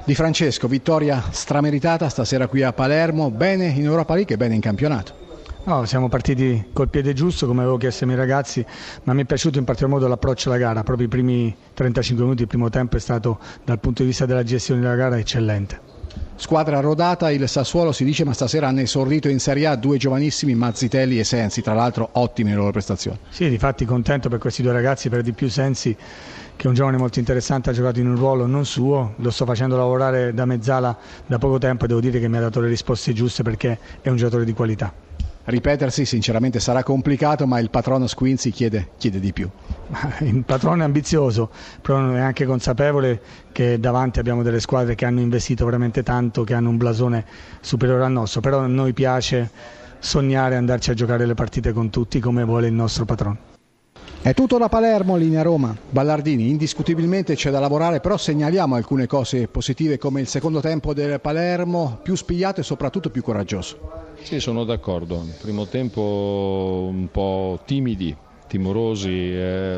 Di Francesco, vittoria strameritata stasera qui a Palermo, bene in Europa League e bene in campionato. No, siamo partiti col piede giusto, come avevo chiesto ai miei ragazzi, ma mi è piaciuto in particolar modo l'approccio alla gara. Proprio i primi 35 minuti, il primo tempo è stato dal punto di vista della gestione della gara eccellente. Squadra rodata, il Sassuolo si dice, ma stasera hanno esordito in Serie A due giovanissimi, Mazzitelli e Sensi, tra l'altro ottimi le loro prestazioni. Sì, difatti contento per questi due ragazzi, per di più Sensi, che è un giovane molto interessante, ha giocato in un ruolo non suo, lo sto facendo lavorare da mezzala da poco tempo e devo dire che mi ha dato le risposte giuste perché è un giocatore di qualità. Ripetersi sinceramente sarà complicato, ma il patrono Squinzi chiede di più. Il patrono è ambizioso, però è anche consapevole che davanti abbiamo delle squadre che hanno investito veramente tanto, che hanno un blasone superiore al nostro, però a noi piace sognare e andarci a giocare le partite con tutti come vuole il nostro patrono. È tutto da Palermo, linea Roma. Ballardini, indiscutibilmente c'è da lavorare, però segnaliamo alcune cose positive come il secondo tempo del Palermo, più spigliato e soprattutto più coraggioso. Sì, sono d'accordo. Il primo tempo un po' timorosi,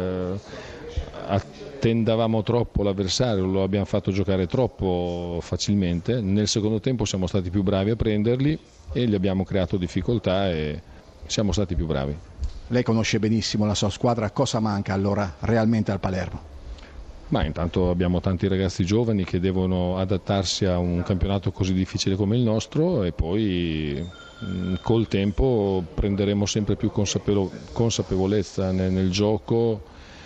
attendavamo troppo l'avversario, lo abbiamo fatto giocare troppo facilmente. Nel secondo tempo siamo stati più bravi a prenderli e gli abbiamo creato difficoltà e siamo stati più bravi. Lei conosce benissimo la sua squadra, cosa manca allora realmente al Palermo? Ma intanto abbiamo tanti ragazzi giovani che devono adattarsi a un campionato così difficile come il nostro e poi col tempo prenderemo sempre più consapevolezza nel gioco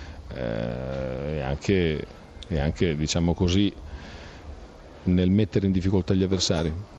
e anche diciamo così nel mettere in difficoltà gli avversari.